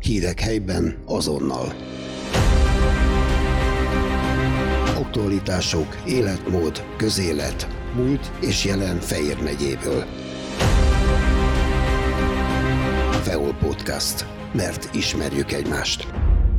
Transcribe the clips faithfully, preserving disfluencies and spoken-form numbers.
Hírek helyben azonnal. Aktualitások, életmód, közélet, múlt és jelen Fejér megyéből. Feol Podcast, mert ismerjük egymást.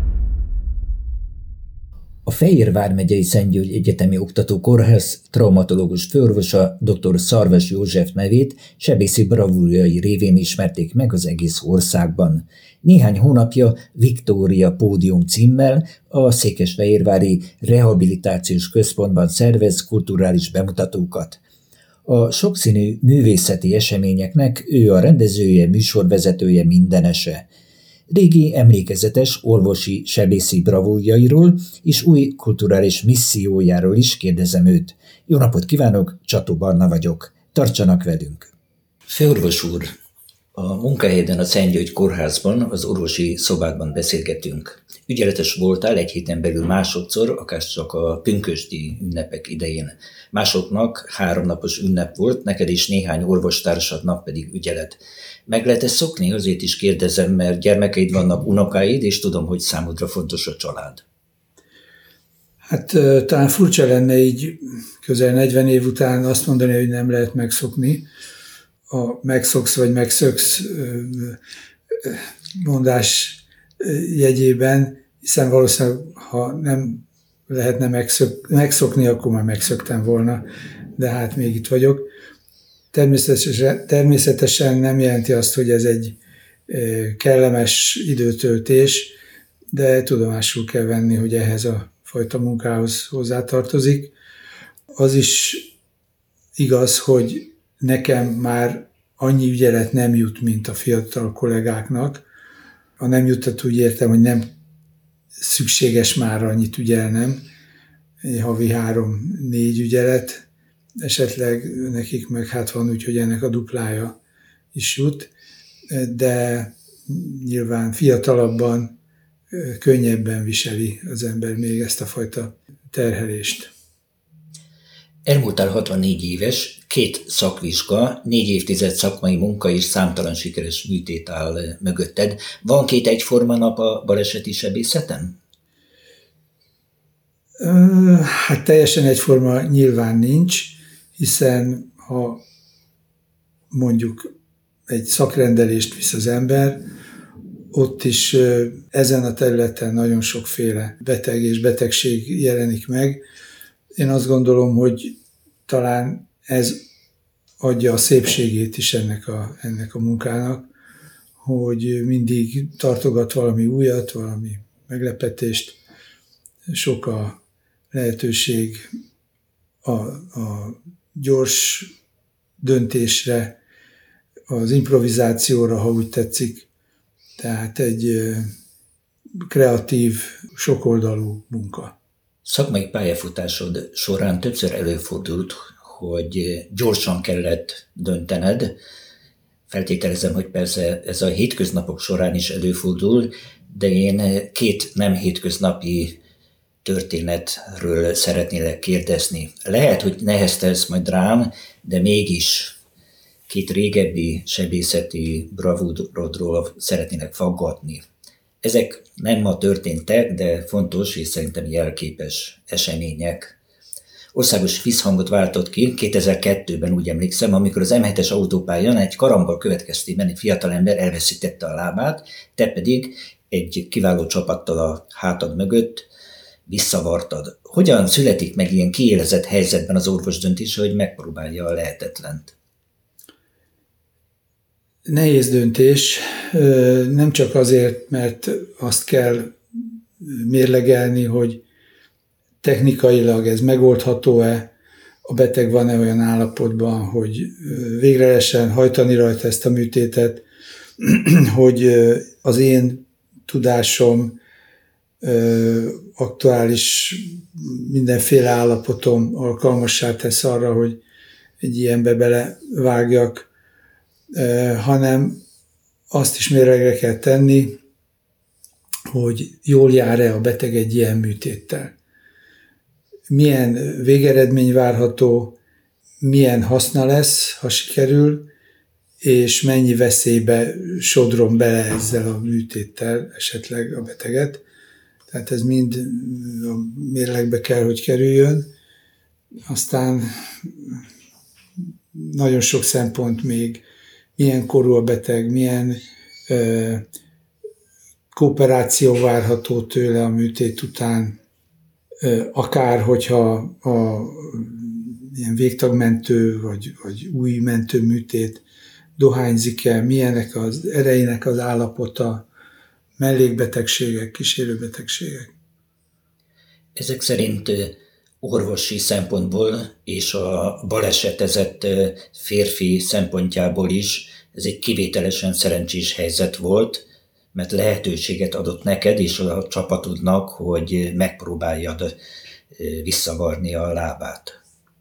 A Fejér vármegyei Szent György Egyetemi Oktatókórház traumatológus főorvosa dr. Szarvas József nevét sebészi bravúrjai révén ismerték meg az egész országban. Néhány hónapja Viktória Pódium címmel a Székesfehérvári Rehabilitációs Központban szervez kulturális bemutatókat. A sokszínű művészeti eseményeknek ő a rendezője, műsorvezetője, mindenese. Régi emlékezetes orvosi sebészi bravúrjairól és új kulturális missziójáról is kérdezem őt. Jó napot kívánok, Csató Barna vagyok. Tartsanak velünk! Főorvos úr, a munkahelyeden a Szent György kórházban, az orvosi szobádban beszélgetünk. Ügyeletes voltál egy héten belül másodszor, akárcsak a pünkösdi ünnepek idején. Másoknak háromnapos ünnep volt, neked is néhány orvostársadnak pedig ügyelet. Meg lehet ezt szokni? Azért is kérdezem, mert gyermekeid vannak, unokáid, és tudom, hogy számodra fontos a család. Hát talán furcsa lenne így közel negyven év után azt mondani, hogy nem lehet megszokni. A megszoksz vagy megszöksz mondás jegyében, hiszen valószínűleg, ha nem lehetne megszok, megszokni, akkor már megszoktam volna, de hát még itt vagyok. Természetesen, természetesen nem jelenti azt, hogy ez egy kellemes időtöltés, de tudomásul kell venni, hogy ehhez a fajta munkához hozzátartozik. Az is igaz, hogy nekem már annyi ügyelet nem jut, mint a fiatal kollégáknak. A nem jutat úgy értem, hogy nem szükséges már annyit ügyelnem, egy havi három-négy ügyelet, esetleg nekik meg hát van úgy, hogy ennek a duplája is jut, de nyilván fiatalabban, könnyebben viseli az ember még ezt a fajta terhelést. Elmúltál hatvannégy éves, két szakvizsga, négy évtized szakmai munka és számtalan sikeres műtét áll mögötted. Van két egyforma nap a baleseti sebészeten? Hát teljesen egyforma nyilván nincs, hiszen ha mondjuk egy szakrendelést visz az ember, ott is ezen a területen nagyon sokféle beteg és betegség jelenik meg. Én azt gondolom, hogy talán ez adja a szépségét is ennek a, ennek a munkának, hogy mindig tartogat valami újat, valami meglepetést, sok a lehetőség a, a gyors döntésre, az improvizációra, ha úgy tetszik. Tehát egy kreatív, sokoldalú munka. Szakmai pályafutásod során többször előfordult, hogy gyorsan kellett döntened. Feltételezem, hogy persze ez a hétköznapok során is előfordul, de én két nem hétköznapi történetről szeretnélek kérdezni. Lehet, hogy neheztelsz majd rám, de mégis két régebbi sebészeti bravúrodról szeretnének faggatni. Ezek nem ma történtek, de fontos és szerintem jelképes események. Országos visszhangot váltott ki kétezer-kettőben, úgy emlékszem, amikor az em hetes autópályán egy karambol következtében egy fiatalember elveszítette a lábát, te pedig egy kiváló csapattal a hátad mögött visszavartad. Hogyan születik meg ilyen kiélezett helyzetben az orvos döntése, hogy megpróbálja a lehetetlent? Nehéz döntés, nem csak azért, mert azt kell mérlegelni, hogy technikailag ez megoldható-e, a beteg van-e olyan állapotban, hogy végre lehessen hajtani rajta ezt a műtétet, hogy az én tudásom, aktuális mindenféle állapotom alkalmassá tesz arra, hogy egy ilyenbe belevágjak, hanem azt is mérlegre kell tenni, hogy jól jár-e a beteg egy ilyen műtéttel. Milyen végeredmény várható, milyen haszna lesz, ha sikerül, és mennyi veszélybe sodrom bele ezzel a műtéttel esetleg a beteget. Tehát ez mind a mérlegbe kell, hogy kerüljön. Aztán nagyon sok szempont még, milyen korú a beteg, milyen ö, kooperáció várható tőle a műtét után, ö, akár hogyha a ilyen végtagmentő vagy, vagy új mentőműtét dohányzik-e, milyenek az erejének az állapota, mellékbetegségek, kísérőbetegségek. Ezek szerint orvosi szempontból és a balesetezett férfi szempontjából is ez egy kivételesen szerencsés helyzet volt, mert lehetőséget adott neked és a csapatodnak, hogy megpróbáljad visszavarni a lábát.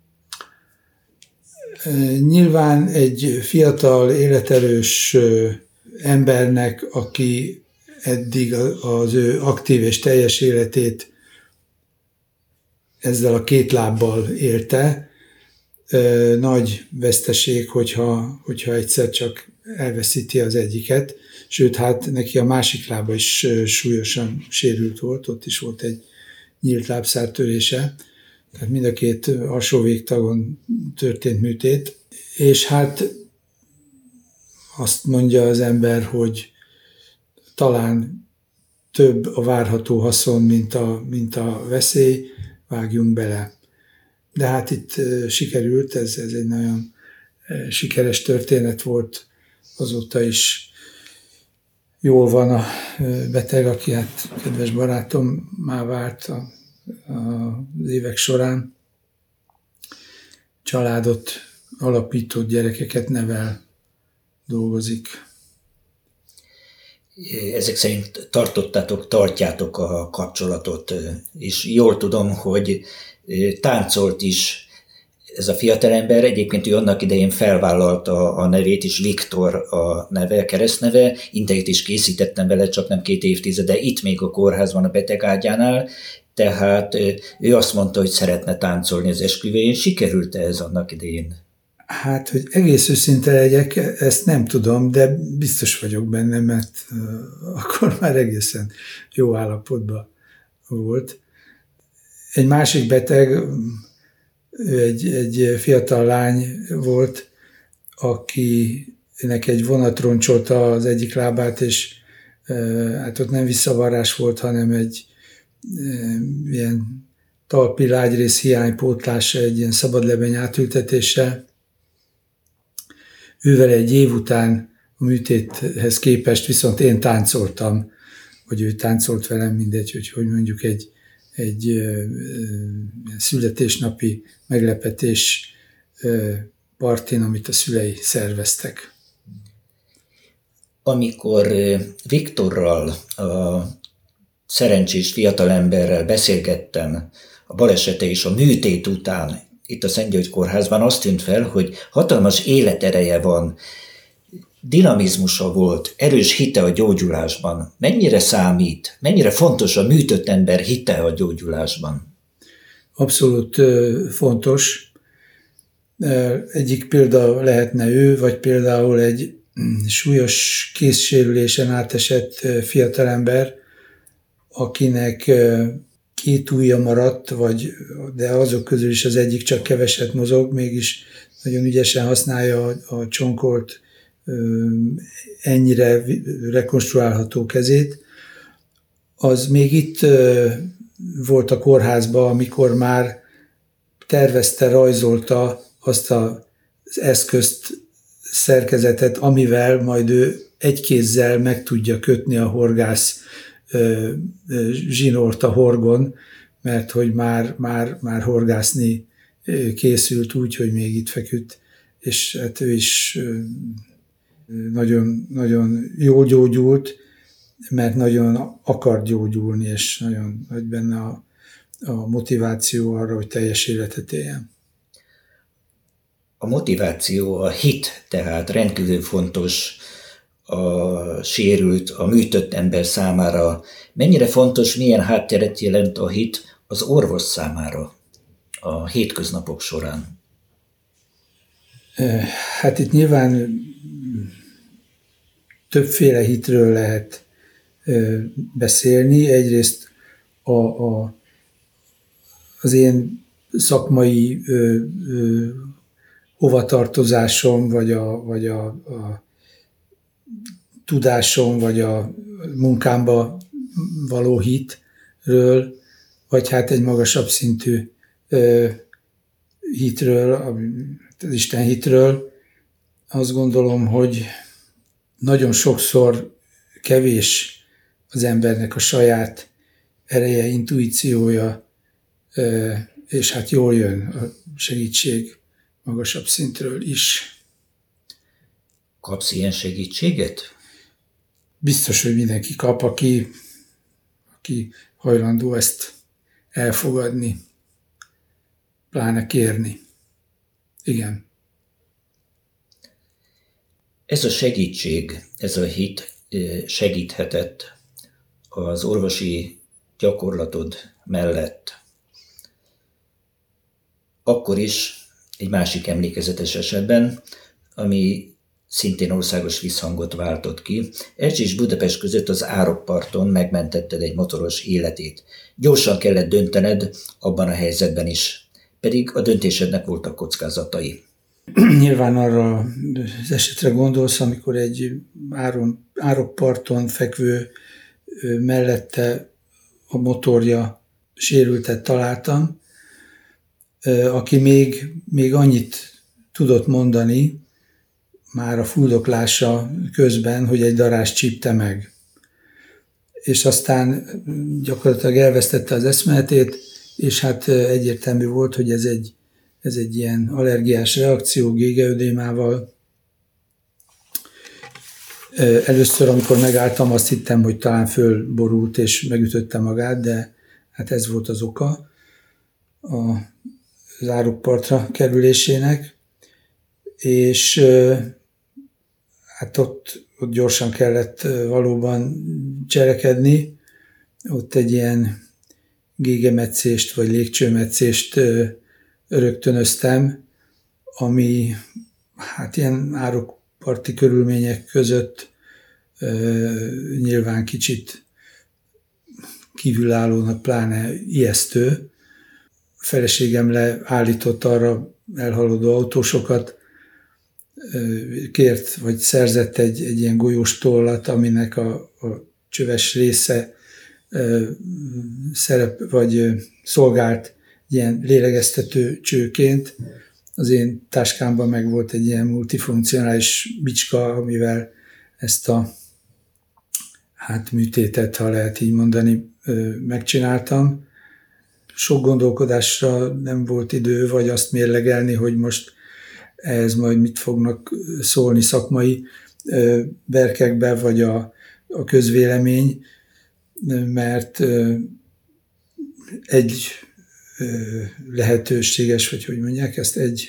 Nyilván egy fiatal, életerős embernek, aki eddig az ő aktív és teljes életét ezzel a két lábbal élte, nagy veszteség, hogyha, hogyha egyszer csak elveszíti az egyiket, sőt, hát neki a másik lába is súlyosan sérült volt, ott is volt egy nyílt lábszártörése, tehát mind a két alsó végtagon történt műtét, és hát azt mondja az ember, hogy talán több a várható haszon, mint a, mint a veszély, vágjunk bele. De hát itt sikerült, ez, ez egy nagyon sikeres történet volt, azóta is jól van a beteg, aki hát kedves barátom már várt a, a, az évek során. Családot alapított, gyerekeket nevel, dolgozik. Ezek szerint tartottátok, tartjátok a kapcsolatot, és jól tudom, hogy táncolt is ez a fiatalember, egyébként ő annak idején felvállalta a nevét, és Viktor a neve, keresztneve, interjút is készítettem vele, csak nem két évtizede, itt még a kórházban a betegágyánál, tehát ő azt mondta, hogy szeretne táncolni az esküvőjén. Sikerült-e ez annak idején? Hát, hogy egész őszinte legyek, ezt nem tudom, de biztos vagyok benne, mert akkor már egészen jó állapotban volt. Egy másik beteg, egy, egy fiatal lány volt, akinek egy vonat roncsolta az egyik lábát, és hát ott nem visszavarrás volt, hanem egy ilyen talpi lágyrész hiánypótlása, egy ilyen szabadlebeny átültetése. Ővel egy év után a műtéthez képest viszont én táncoltam, vagy ő táncolt velem, mindegy, hogy, hogy mondjuk egy, egy ö, ö, születésnapi meglepetés ö, partin, amit a szülei szerveztek. Amikor Viktorral, a szerencsés fiatalemberrel beszélgettem a balesete és a műtét után, itt a Szent György kórházban, azt tűnt fel, hogy hatalmas életereje van, dinamizmusa volt, erős hite a gyógyulásban. Mennyire számít, mennyire fontos a műtött ember hite a gyógyulásban? Abszolút fontos. Egyik példa lehetne ő, vagy például egy súlyos kézsérülésen átesett fiatalember, akinek két ujja maradt, vagy, de azok közül is az egyik csak keveset mozog, mégis nagyon ügyesen használja a, a csonkolt, ennyire rekonstruálható kezét. Az még itt volt a kórházban, amikor már tervezte, rajzolta azt az eszközt, szerkezetet, amivel majd ő egy kézzel meg tudja kötni a horgász zsinort a horgon, mert hogy már, már, már horgászni készült úgy, hogy még itt feküdt, és hát ő is nagyon, nagyon jól gyógyult, mert nagyon akar gyógyulni, és nagyon nagy benne a, a motiváció arra, hogy teljes életet éljen. A motiváció, a hit tehát rendkívül fontos a sérült, a műtött ember számára. Mennyire fontos, milyen hátteret jelent a hit az orvos számára a hétköznapok során? Hát itt nyilván többféle hitről lehet beszélni. Egyrészt a, a, az én szakmai ö, ö, hovatartozásom, vagy a, vagy a, a tudásom, vagy a munkámba való hitről, vagy hát egy magasabb szintű ö, hitről, az Isten hitről. Azt gondolom, hogy nagyon sokszor kevés az embernek a saját ereje, intuíciója, és hát jól jön a segítség magasabb szintről is. Kapsz ilyen segítséget? Biztos, hogy mindenki kap, aki, aki hajlandó ezt elfogadni, pláne kérni. Igen. Ez a segítség, ez a hit segíthetett az orvosi gyakorlatod mellett. Akkor is egy másik emlékezetes esetben, ami szintén országos visszhangot váltott ki. Ercs és Budapest között az árokparton megmentetted egy motoros életét. Gyorsan kellett döntened abban a helyzetben is, pedig a döntésednek voltak kockázatai. Nyilván arra az esetre gondolsz, amikor egy áron, árokparton fekvő mellette a motorja sérültet találtam, aki még, még annyit tudott mondani már a fuldoklása közben, hogy egy darázs csípte meg. És aztán gyakorlatilag elvesztette az eszméletét, és hát egyértelmű volt, hogy ez egy, ez egy ilyen allergiás reakció gégeödémával. Először, amikor megálltam, azt hittem, hogy talán fölborult és megütötte magát, de hát ez volt az oka az árokpartra kerülésének, és hát ott, ott gyorsan kellett valóban cselekedni. Ott egy ilyen gégemetszést vagy légcsőmetszést rögtönöztem, ami hát ilyen árokparti körülmények között nyilván kicsit kívülállónak, pláne ijesztő. A feleségem leállított arra elhaladó autósokat, kért, vagy szerzett egy, egy ilyen golyós tollat, aminek a, a csöves része szerep, vagy szolgált ilyen lélegeztető csőként. Az én táskámban meg volt egy ilyen multifunkcionális bicska, amivel ezt a hát műtétet, ha lehet így mondani, megcsináltam. Sok gondolkodásra nem volt idő, vagy azt mérlegelni, hogy most ehhez majd mit fognak szólni szakmai berkekbe, vagy a, a közvélemény, mert egy lehetőséges, vagy hogy mondják ezt, egy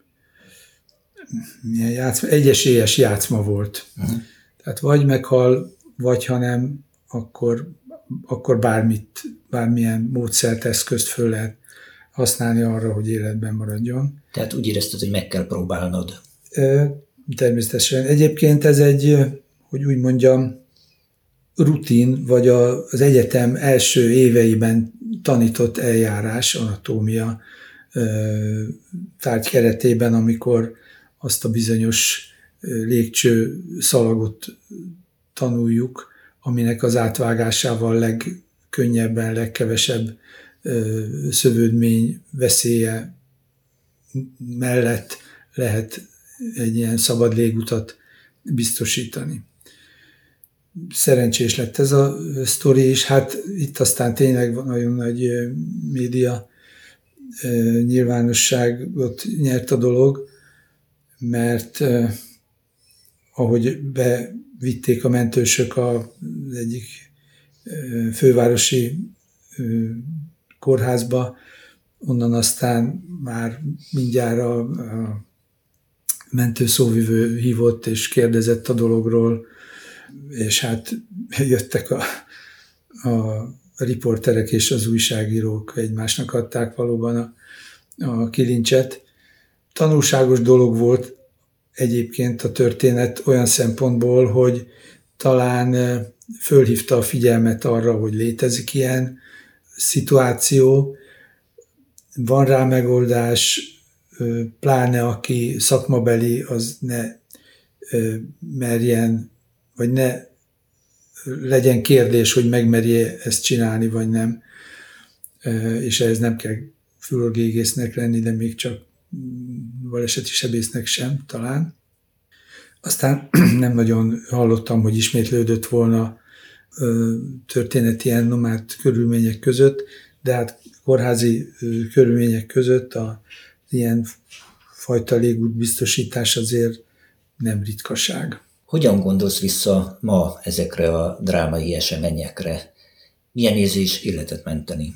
milyen játszma, egy esélyes játszma volt. Uh-huh. Tehát vagy meghal, vagy ha nem, akkor, akkor bármit, bármilyen módszert, eszközt föl lehet használni arra, hogy életben maradjon. Tehát úgy érezted, hogy meg kell próbálnod. Természetesen. Egyébként ez egy, hogy úgy mondjam, rutin, vagy az egyetem első éveiben tanított eljárás, anatómia tárgy keretében, amikor azt a bizonyos légcső szalagot tanuljuk, aminek az átvágásával legkönnyebben, legkevesebb szövődmény veszélye mellett lehet egy ilyen szabad légutat biztosítani. Szerencsés lett ez a sztori is, hát itt aztán tényleg nagyon nagy média nyilvánosságot nyert a dolog, mert ahogy bevitték a mentősök az egyik fővárosi kórházba, onnan aztán már mindjárt a, a mentőszóvivő hívott és kérdezett a dologról, és hát jöttek a, a riporterek és az újságírók, egymásnak adták valóban a, a kilincset. Tanulságos dolog volt egyébként a történet olyan szempontból, hogy talán fölhívta a figyelmet arra, hogy létezik ilyen szituáció, van rá megoldás, pláne aki szakmabeli, az ne merjen, vagy ne legyen kérdés, hogy megmerje ezt csinálni, vagy nem. És ehhez nem kell fülorgégésznek lenni, de még csak baleseti sebésznek sem talán. Aztán nem nagyon hallottam, hogy ismétlődött volna történet ilyen nomád körülmények között, de hát kórházi körülmények között a ilyen fajta légút biztosítás azért nem ritkaság. Hogyan gondolsz vissza ma ezekre a drámai eseményekre? Milyen érzés életet menteni?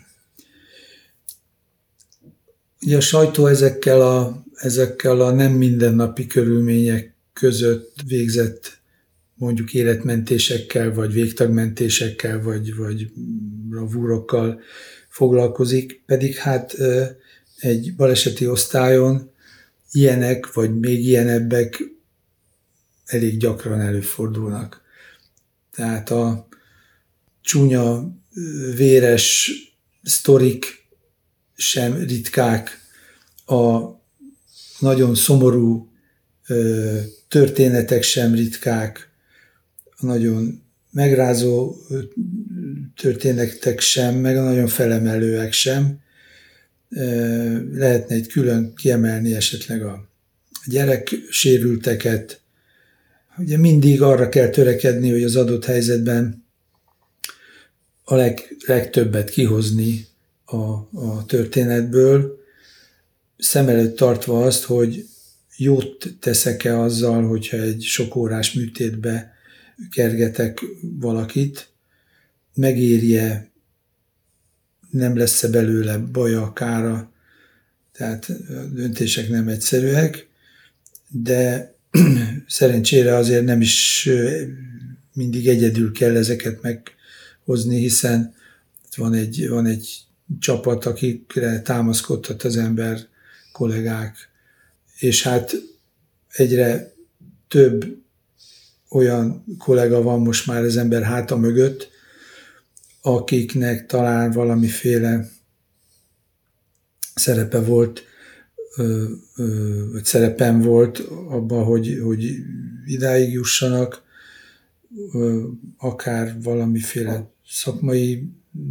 Ugye a sajtó ezekkel a, ezekkel a nem mindennapi körülmények között végzett mondjuk életmentésekkel, vagy végtagmentésekkel, vagy, vagy bravúrokkal foglalkozik, pedig hát egy baleseti osztályon ilyenek, vagy még ilyenebbek elég gyakran előfordulnak. Tehát a csúnya, véres sztorik sem ritkák, a nagyon szomorú történetek sem ritkák, a nagyon megrázó történetek sem, meg a nagyon felemelőek sem. Lehetne egy külön kiemelni esetleg a gyereksérülteket. Ugye mindig arra kell törekedni, hogy az adott helyzetben a leg, legtöbbet kihozni a, a történetből, szem előtt tartva azt, hogy jót teszek-e azzal, hogyha egy sok órás műtétbe kergetek valakit, megérje, nem lesz-e belőle baja, kára, tehát a döntések nem egyszerűek, de szerencsére azért nem is mindig egyedül kell ezeket meghozni, hiszen van egy, van egy csapat, akikre támaszkodhat az ember, kollégák, és hát egyre több olyan kollega van most már az ember háta mögött, akiknek talán valamiféle szerepe volt, vagy szerepem volt abban, hogy, hogy idáig jussanak, akár valamiféle szakmai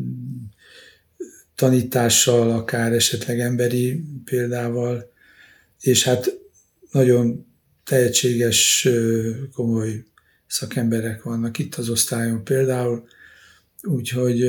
tanítással, akár esetleg emberi példával, és hát nagyon tehetséges, komoly szakemberek vannak itt az osztályon például, úgyhogy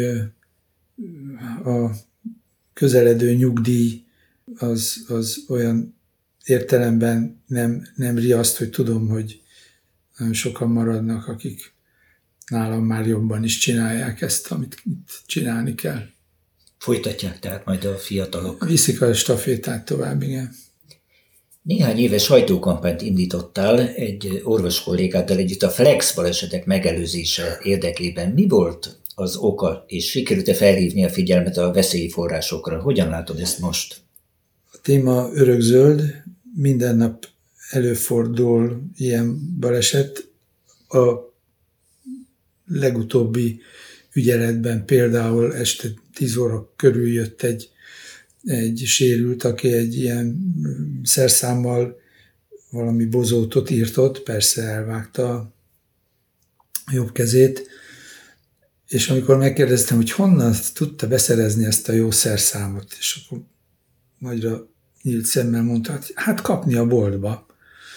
a közeledő nyugdíj az, az olyan értelemben nem, nem riaszt, hogy tudom, hogy nagyon sokan maradnak, akik nálam már jobban is csinálják ezt, amit itt csinálni kell. Folytatják tehát majd a fiatalok. Viszik a stafétát tovább, igen. Néhány éve sajtókampányt indítottál egy orvos kollégáddal együtt a Flex balesetek megelőzése érdekében. Mi volt az oka, és sikerült-e felhívni a figyelmet a veszélyforrásokra? Hogyan látod ezt most? A téma örökzöld, minden nap előfordul ilyen baleset. A legutóbbi ügyeletben például este tíz óra körül jött egy, egy sérült, aki egy ilyen szerszámmal valami bozótot írtott, persze elvágta a jobb kezét, és amikor megkérdeztem, hogy honnan tudta beszerezni ezt a jó szerszámot, és akkor nagyra nyílt szemmel mondta, hogy hát kapni a boltba.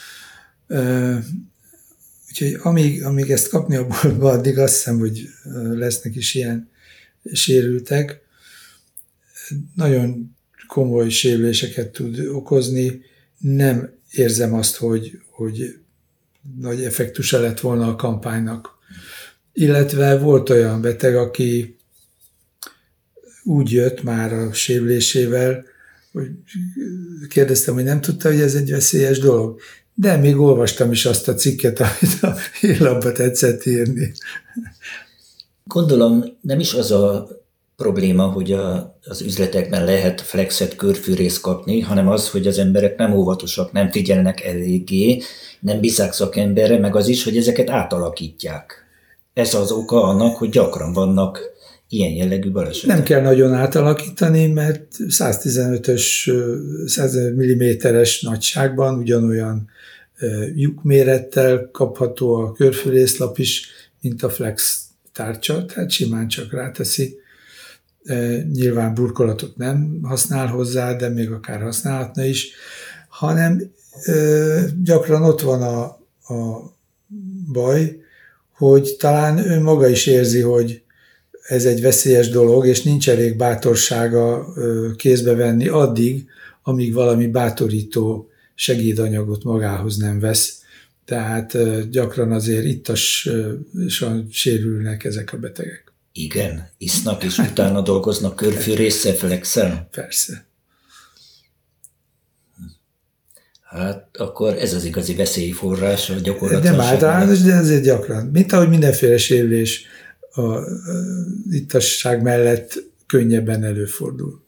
Úgyhogy amíg, amíg ezt kapni a boltba, addig azt hiszem, hogy lesznek is ilyen sérültek. Nagyon komoly sérüléseket tud okozni. Nem érzem azt, hogy, hogy nagy effektusa lett volna a kampánynak. Illetve volt olyan beteg, aki úgy jött már a sérülésével, hogy kérdeztem, hogy nem tudta, hogy ez egy veszélyes dolog. De még olvastam is azt a cikket, amit a hírlapba tetszett írni. Gondolom nem is az a probléma, hogy a, az üzletekben lehet flexet, körfűrészt kapni, hanem az, hogy az emberek nem óvatosak, nem figyelnek eléggé, nem bízák szakemberre, meg az is, hogy ezeket átalakítják. Ez az oka annak, hogy gyakran vannak ilyen jellegű balesetek. Nem kell nagyon átalakítani, mert száztizenötös, száz milliméteres nagyságban ugyanolyan lyukmérettel kapható a körfűrészlap is, mint a flex tárcsa, tehát simán csak ráteszi. Nyilván burkolatot nem használ hozzá, de még akár használhatna is, hanem gyakran ott van a, a baj, hogy talán ő maga is érzi, hogy ez egy veszélyes dolog, és nincs elég bátorsága kézbe venni addig, amíg valami bátorító segédanyagot magához nem vesz. Tehát gyakran azért ittasan sérülnek ezek a betegek. Igen, isznak, és utána dolgoznak körfűrésszel, flexel? Persze. Hát akkor ez az igazi veszélyforrás a gyakorlatlanságnak. Nem általános, de ezért gyakran. Mint ahogy mindenféle sérülés a ittasság mellett könnyebben előfordul.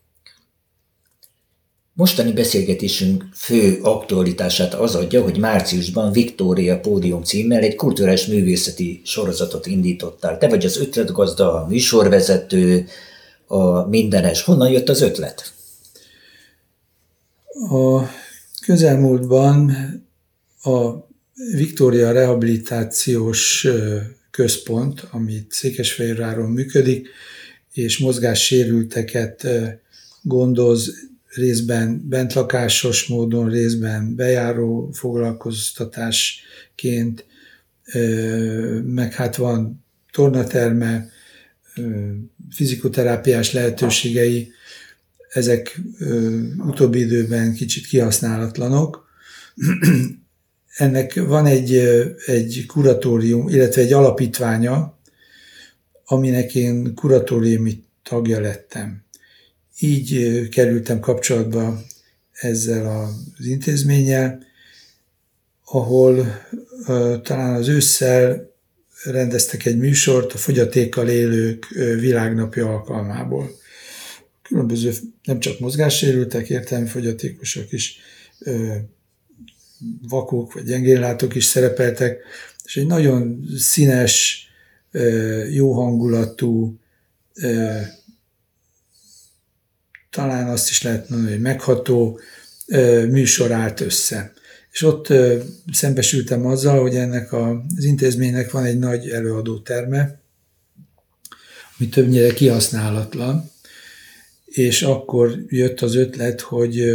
Mostani beszélgetésünk fő aktualitását az adja, hogy márciusban Victoria Pódium címmel egy kulturális művészeti sorozatot indítottál. Te vagy az ötletgazda, a műsorvezető, a mindenes. Honnan jött az ötlet? A közelmúltban a Victoria Rehabilitációs Központ, amit Székesfehérváron működik, és mozgássérülteket gondoz, részben bentlakásos módon, részben bejáró foglalkoztatásként, meg hát van tornaterme, fizikoterápiás lehetőségei, ezek utóbbi időben kicsit kihasználatlanok. Ennek van egy, egy kuratórium, illetve egy alapítványa, aminek én kuratóriumi tagja lettem. Így kerültem kapcsolatba ezzel az intézménnyel, ahol uh, talán az ősszel rendeztek egy műsort a fogyatékkal élők uh, világnapja alkalmából. Különböző, nem csak mozgássérültek, értelmi fogyatékosok is, uh, vakok vagy gyengénlátók is szerepeltek, és egy nagyon színes, uh, jó hangulatú, uh, talán azt is lehet mondani, hogy megható műsor állt össze. És ott szembesültem azzal, hogy ennek az intézménynek van egy nagy előadóterme, ami többnyire kihasználatlan, és akkor jött az ötlet, hogy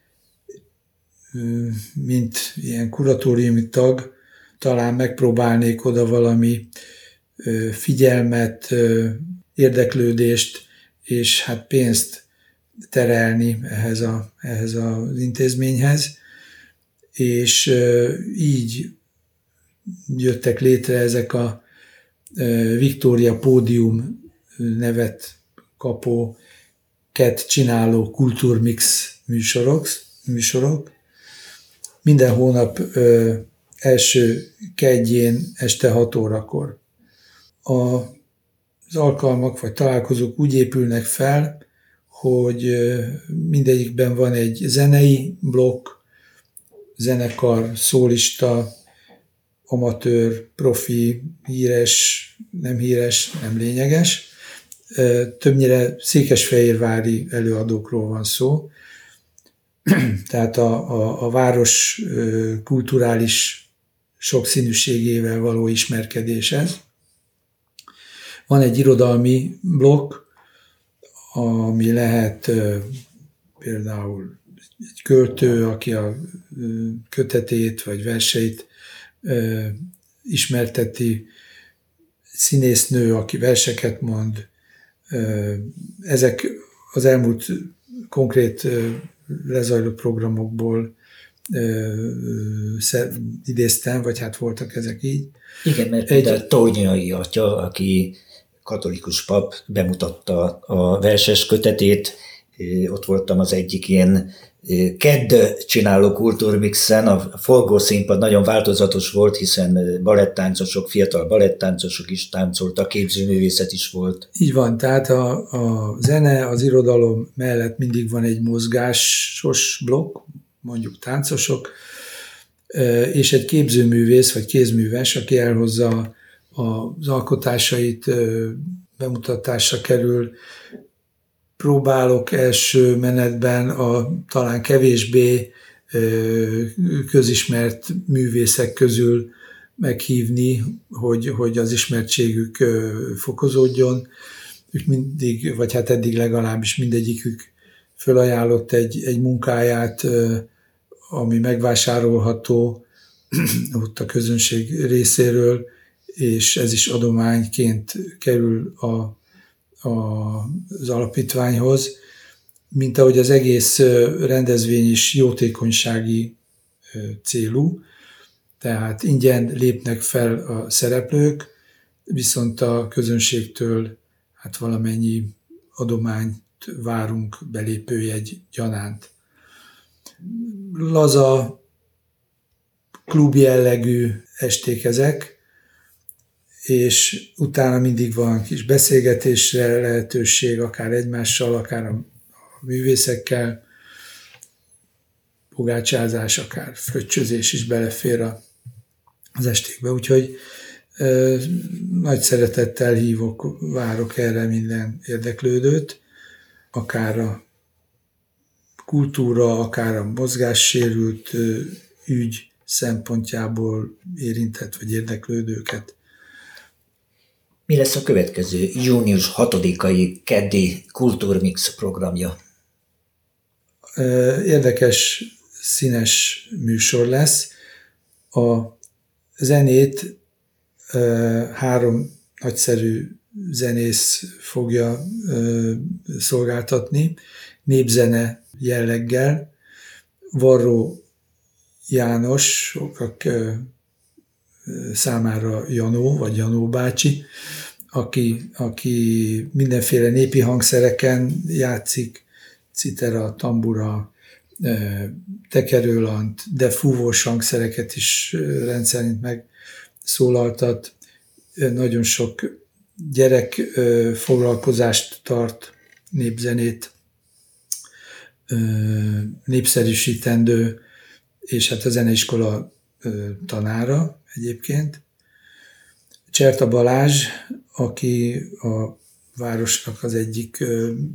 mint ilyen kuratóriumi tag, talán megpróbálnék oda valami figyelmet, érdeklődést, és hát pénzt terelni ehhez, a, ehhez az intézményhez, és így jöttek létre ezek a Victoria Pódium nevet kapó, ket csináló kultúrmix műsorok, műsorok. Minden hónap első kedjén este hat órakor. Az alkalmak vagy találkozók úgy épülnek fel, hogy mindegyikben van egy zenei blokk, zenekar, szólista, amatőr, profi, híres, nem híres, nem lényeges. Többnyire székesfehérvári előadókról van szó, tehát a, a, a város kulturális sokszínűségével való ismerkedéshez. Van egy irodalmi blokk, ami lehet például egy költő, aki a kötetét vagy verseit ismerteti, színésznő, aki verseket mond. Ezek az elmúlt konkrét lezajló programokból idéztem, vagy hát voltak ezek így. Igen, mert egy Tolnyai atya, aki katolikus pap, bemutatta a verses kötetét, ott voltam az egyik ilyen Kedd csináló kultúrmixen a forgószínpad nagyon változatos volt, hiszen balettáncosok, fiatal balettáncosok is táncoltak, képzőművészet is volt. Így van, tehát a, a zene, az irodalom mellett mindig van egy mozgásos blokk, mondjuk táncosok, és egy képzőművész vagy kézműves, aki elhozza az alkotásait, bemutatásra kerül. Próbálok első menetben a talán kevésbé közismert művészek közül meghívni, hogy, hogy az ismertségük fokozódjon. Ők mindig, vagy hát eddig legalábbis mindegyikük fölajánlott egy, egy munkáját, ami megvásárolható ott a közönség részéről, és ez is adományként kerül a, a, az alapítványhoz, mint ahogy az egész rendezvény is jótékonysági célú, tehát ingyen lépnek fel a szereplők, viszont a közönségtől hát valamennyi adományt várunk belépőjegy gyanánt. Laza, klub jellegű esték ezek, és utána mindig van kis beszélgetésre lehetőség, akár egymással, akár a művészekkel, pogácsázás, akár fröccsözés is belefér az estékbe. Úgyhogy ö, nagy szeretettel hívok, várok erre minden érdeklődőt, akár a kultúra, akár a mozgássérült ügy szempontjából érintett vagy érdeklődőket. Mi lesz a következő június hatodikai keddi Kultúrmix programja? Érdekes, színes műsor lesz. A zenét három nagyszerű zenész fogja szolgáltatni, népzene jelleggel. Varró János, sokak számára Janó, vagy Janó bácsi, aki, aki mindenféle népi hangszereken játszik, citera, tambura, tekerőlant, de fúvós hangszereket is rendszerint megszólaltat. Nagyon sok gyerek foglalkozást tart, népzenét népszerűsítendő, és hát a zeneiskola tanára egyébként. Cserta Balázs, aki a városnak az egyik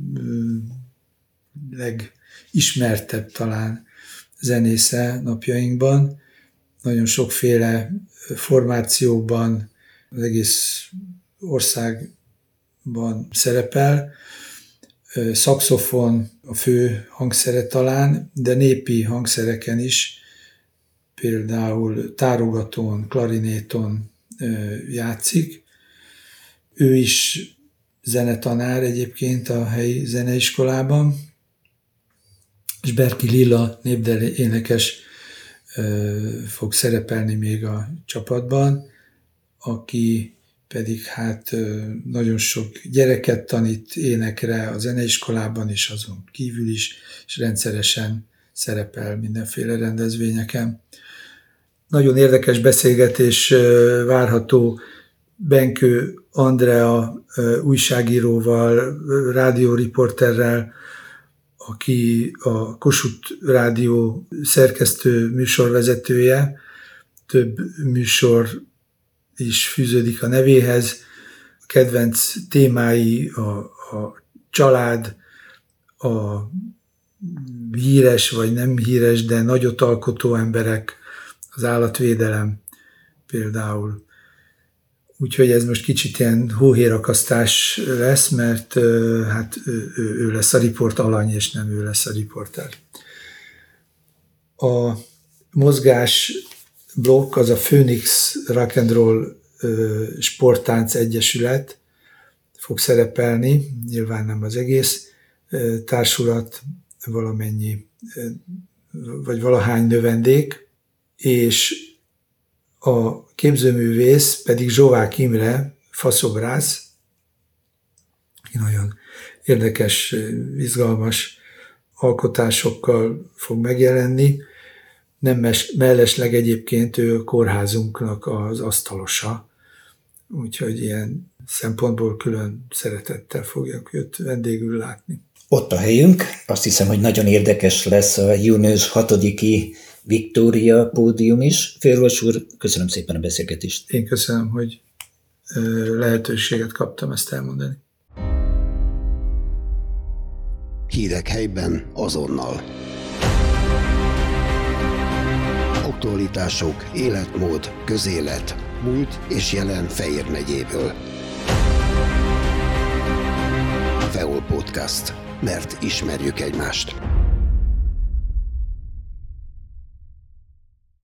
legismertebb talán zenésze napjainkban. Nagyon sokféle formációban, az egész országban szerepel. Szaxofon a fő hangszere talán, de népi hangszereken is, például tárogatón, klarinéton játszik. Ő is zenetanár egyébként a helyi zeneiskolában, és Berki Lilla népdal énekes fog szerepelni még a csapatban, aki pedig hát nagyon sok gyereket tanít énekre a zeneiskolában, és azon kívül is, és rendszeresen szerepel mindenféle rendezvényeken. Nagyon érdekes beszélgetés várható Benkő Andrea újságíróval, rádióriporterrel, aki a Kossuth Rádió szerkesztő műsorvezetője. Több műsor is fűződik a nevéhez. A kedvenc témái a, a család, a híres vagy nem híres, de nagyot alkotó emberek, az állatvédelem például. Úgyhogy ez most kicsit ilyen hóhérakasztás lesz, mert hát ő, ő lesz a riport alany, és nem ő lesz a riporter. A mozgás blokk az a Phoenix Rock and Roll Sporttánc Egyesület fog szerepelni, nyilván nem az egész társulat, valamennyi, vagy valahány növendék, és a képzőművész pedig Zsóvák Imre, faszobrász, nagyon érdekes, izgalmas alkotásokkal fog megjelenni. Nem mes- mellesleg egyébként ő kórházunknak az asztalosa, úgyhogy ilyen szempontból külön szeretettel fogják őt vendégül látni. Ott a helyünk, azt hiszem, hogy nagyon érdekes lesz a június hatodiki Viktória pódium is. Főorvos úr, köszönöm szépen a beszélgetést. Én köszönöm, hogy lehetőséget kaptam ezt elmondani. Hírek helyben azonnal. Aktualitások, életmód, közélet, múlt és jelen Fejér megyéből. Feol Podcast, mert ismerjük egymást.